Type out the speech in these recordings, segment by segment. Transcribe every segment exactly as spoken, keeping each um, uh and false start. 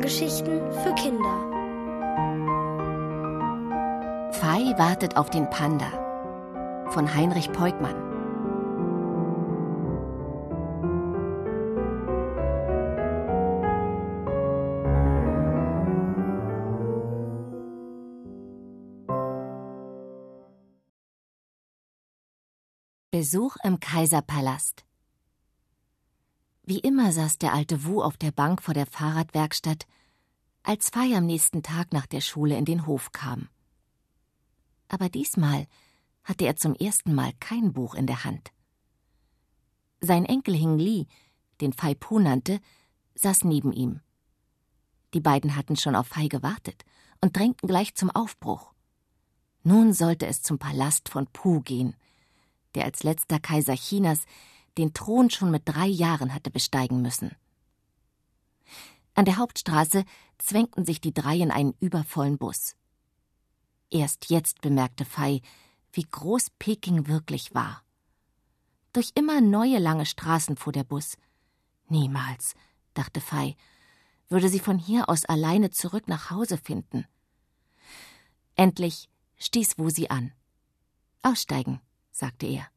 Hörgeschichten für Kinder. Fei wartet auf den Panda von Heinrich Peukmann. Besuch im Kaiserpalast. Wie immer saß der alte Wu auf der Bank vor der Fahrradwerkstatt, als Fei am nächsten Tag nach der Schule in den Hof kam. Aber diesmal hatte er zum ersten Mal kein Buch in der Hand. Sein Enkel Hing Li, den Fei Po nannte, saß neben ihm. Die beiden hatten schon auf Fei gewartet und drängten gleich zum Aufbruch. Nun sollte es zum Palast von Pu gehen, der als letzter Kaiser Chinas den Thron schon mit drei Jahren hatte besteigen müssen. An der Hauptstraße zwängten sich die drei in einen übervollen Bus. Erst jetzt bemerkte Fei, wie groß Peking wirklich war. Durch immer neue lange Straßen fuhr der Bus. Niemals, dachte Fei, würde sie von hier aus alleine zurück nach Hause finden. Endlich stieß Wu sie an. »Aussteigen«, sagte er.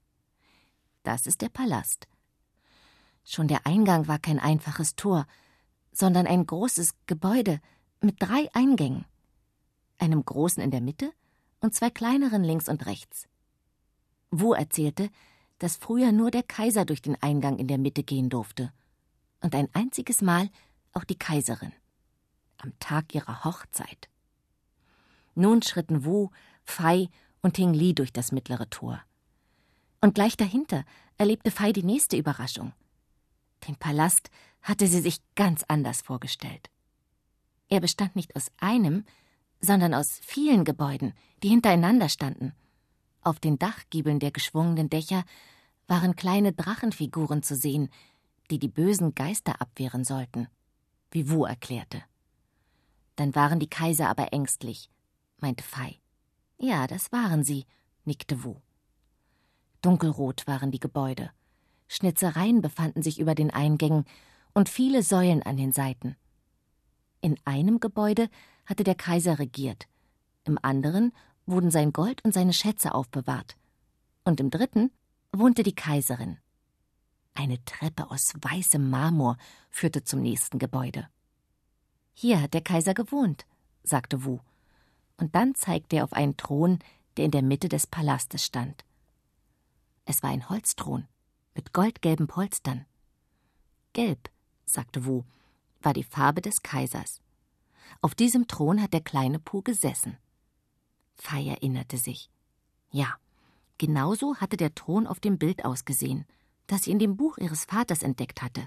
Das ist der Palast. Schon der Eingang war kein einfaches Tor, sondern ein großes Gebäude mit drei Eingängen. Einem großen in der Mitte und zwei kleineren links und rechts. Wu erzählte, dass früher nur der Kaiser durch den Eingang in der Mitte gehen durfte. Und ein einziges Mal auch die Kaiserin. Am Tag ihrer Hochzeit. Nun schritten Wu, Fei und Hing Li durch das mittlere Tor. Und gleich dahinter erlebte Fei die nächste Überraschung. Den Palast hatte sie sich ganz anders vorgestellt. Er bestand nicht aus einem, sondern aus vielen Gebäuden, die hintereinander standen. Auf den Dachgiebeln der geschwungenen Dächer waren kleine Drachenfiguren zu sehen, die die bösen Geister abwehren sollten, wie Wu erklärte. Dann waren die Kaiser aber ängstlich, meinte Fei. Ja, das waren sie, nickte Wu. Dunkelrot waren die Gebäude. Schnitzereien befanden sich über den Eingängen und viele Säulen an den Seiten. In einem Gebäude hatte der Kaiser regiert, im anderen wurden sein Gold und seine Schätze aufbewahrt, und im dritten wohnte die Kaiserin. Eine Treppe aus weißem Marmor führte zum nächsten Gebäude. Hier hat der Kaiser gewohnt, sagte Wu, und dann zeigte er auf einen Thron, der in der Mitte des Palastes stand. Es war ein Holzthron mit goldgelben Polstern. Gelb, sagte Wu, war die Farbe des Kaisers. Auf diesem Thron hat der kleine Pu gesessen. Fei erinnerte sich. Ja, genauso hatte der Thron auf dem Bild ausgesehen, das sie in dem Buch ihres Vaters entdeckt hatte.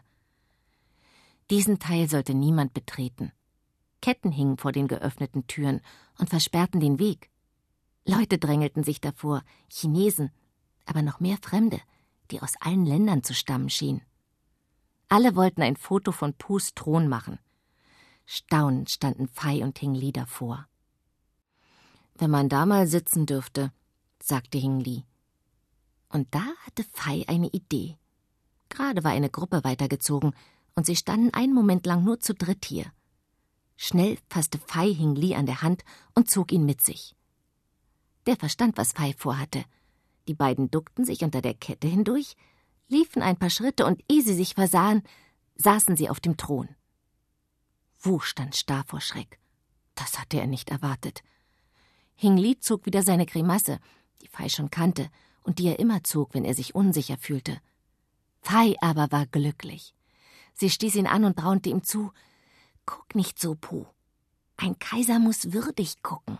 Diesen Teil sollte niemand betreten. Ketten hingen vor den geöffneten Türen und versperrten den Weg. Leute drängelten sich davor, Chinesen, aber noch mehr Fremde, die aus allen Ländern zu stammen schienen. Alle wollten ein Foto von Pus Thron machen. Staunend standen Fei und Hing Li davor. »Wenn man da mal sitzen dürfte«, sagte Hing Li. Und da hatte Fei eine Idee. Gerade war eine Gruppe weitergezogen, und sie standen einen Moment lang nur zu dritt hier. Schnell fasste Fei Hing Li an der Hand und zog ihn mit sich. Der verstand, was Fei vorhatte. Die beiden duckten sich unter der Kette hindurch, liefen ein paar Schritte und ehe sie sich versahen, saßen sie auf dem Thron. Wu stand starr vor Schreck. Das hatte er nicht erwartet. Hing Li zog wieder seine Grimasse, die Fei schon kannte und die er immer zog, wenn er sich unsicher fühlte. Fei aber war glücklich. Sie stieß ihn an und raunte ihm zu: »Guck nicht so, Pu. Ein Kaiser muss würdig gucken.«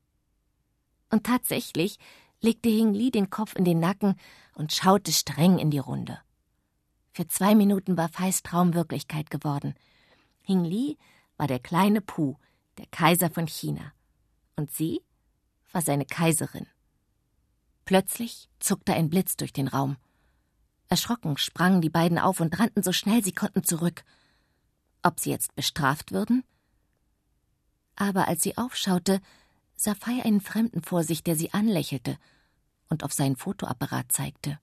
Und tatsächlich legte Hing Li den Kopf in den Nacken und schaute streng in die Runde. Für zwei Minuten war Feis Traum Wirklichkeit geworden. Hing Li war der kleine Pu, der Kaiser von China. Und sie war seine Kaiserin. Plötzlich zuckte ein Blitz durch den Raum. Erschrocken sprangen die beiden auf und rannten so schnell sie konnten zurück. Ob sie jetzt bestraft würden? Aber als sie aufschaute, sah Fei einen Fremden vor sich, der sie anlächelte und auf seinen Fotoapparat zeigte.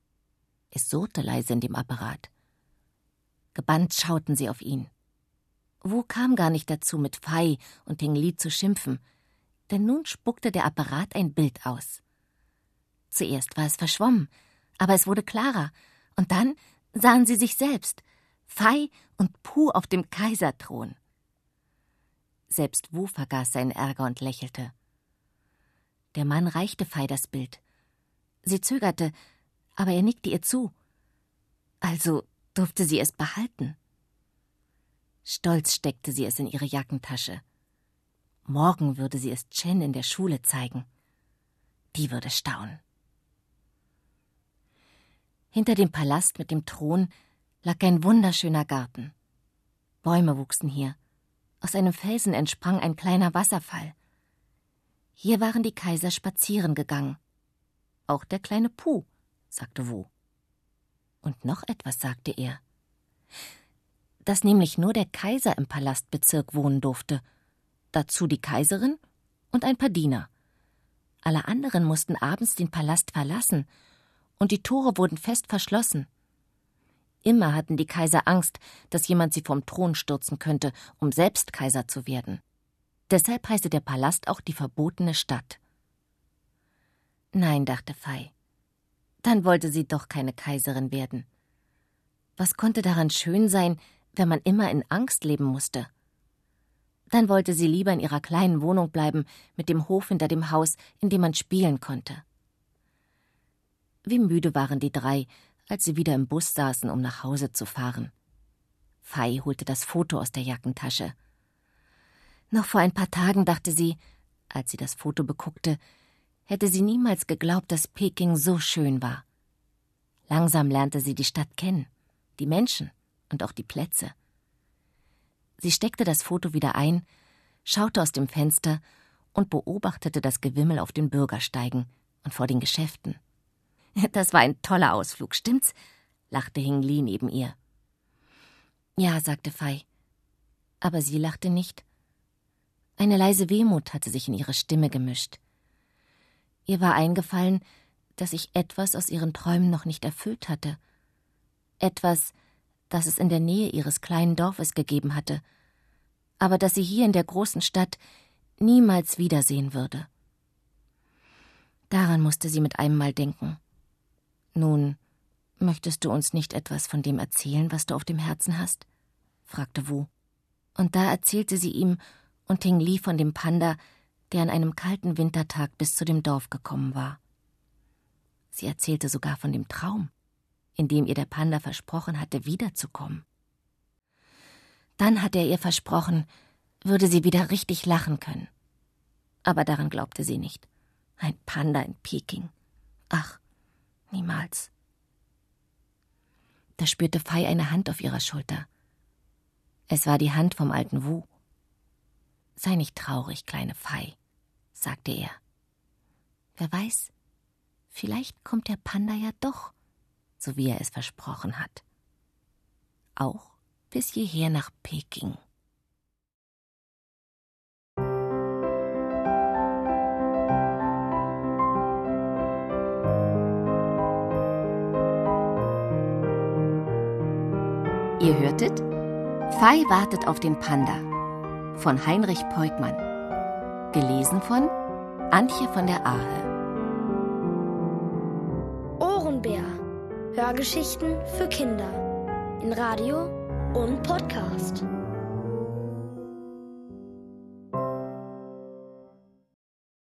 Es surrte leise in dem Apparat. Gebannt schauten sie auf ihn. Wu kam gar nicht dazu, mit Fei und Ting Li zu schimpfen, denn nun spuckte der Apparat ein Bild aus. Zuerst war es verschwommen, aber es wurde klarer, und dann sahen sie sich selbst, Fei und Pu auf dem Kaiserthron. Selbst Wu vergaß seinen Ärger und lächelte. Der Mann reichte Fei das Bild. Sie zögerte, aber er nickte ihr zu. Also durfte sie es behalten. Stolz steckte sie es in ihre Jackentasche. Morgen würde sie es Chen in der Schule zeigen. Die würde staunen. Hinter dem Palast mit dem Thron lag ein wunderschöner Garten. Bäume wuchsen hier. Aus einem Felsen entsprang ein kleiner Wasserfall. Hier waren die Kaiser spazieren gegangen. Auch der kleine Pu, sagte Wu. Und noch etwas sagte er. Dass nämlich nur der Kaiser im Palastbezirk wohnen durfte. Dazu die Kaiserin und ein paar Diener. Alle anderen mussten abends den Palast verlassen, und die Tore wurden fest verschlossen. Immer hatten die Kaiser Angst, dass jemand sie vom Thron stürzen könnte, um selbst Kaiser zu werden. Deshalb heiße der Palast auch die verbotene Stadt. Nein, dachte Fei. Dann wollte sie doch keine Kaiserin werden. Was konnte daran schön sein, wenn man immer in Angst leben musste? Dann wollte sie lieber in ihrer kleinen Wohnung bleiben, mit dem Hof hinter dem Haus, in dem man spielen konnte. Wie müde waren die drei, als sie wieder im Bus saßen, um nach Hause zu fahren. Fei holte das Foto aus der Jackentasche. Noch vor ein paar Tagen dachte sie, als sie das Foto beguckte, hätte sie niemals geglaubt, dass Peking so schön war. Langsam lernte sie die Stadt kennen, die Menschen und auch die Plätze. Sie steckte das Foto wieder ein, schaute aus dem Fenster und beobachtete das Gewimmel auf den Bürgersteigen und vor den Geschäften. »Das war ein toller Ausflug, stimmt's?« lachte Hing Li neben ihr. »Ja«, sagte Fei. Aber sie lachte nicht. Eine leise Wehmut hatte sich in ihre Stimme gemischt. Ihr war eingefallen, dass sich etwas aus ihren Träumen noch nicht erfüllt hatte. Etwas, das es in der Nähe ihres kleinen Dorfes gegeben hatte, aber das sie hier in der großen Stadt niemals wiedersehen würde. Daran musste sie mit einem Mal denken. »Nun, möchtest du uns nicht etwas von dem erzählen, was du auf dem Herzen hast?« fragte Wu. Und da erzählte sie ihm und Ting Li von dem Panda, der an einem kalten Wintertag bis zu dem Dorf gekommen war. Sie erzählte sogar von dem Traum, in dem ihr der Panda versprochen hatte, wiederzukommen. Dann hatte er ihr versprochen, würde sie wieder richtig lachen können. Aber daran glaubte sie nicht. Ein Panda in Peking. Ach, niemals. Da spürte Fei eine Hand auf ihrer Schulter. Es war die Hand vom alten Wu. »Sei nicht traurig, kleine Fei«, sagte er. »Wer weiß, vielleicht kommt der Panda ja doch, so wie er es versprochen hat. Auch bis hierher nach Peking.« Ihr hörtet Fei wartet auf den Panda von Heinrich Peukmann. Gelesen von Antje von der Ahe. Ohrenbär. Hörgeschichten für Kinder. In Radio und Podcast.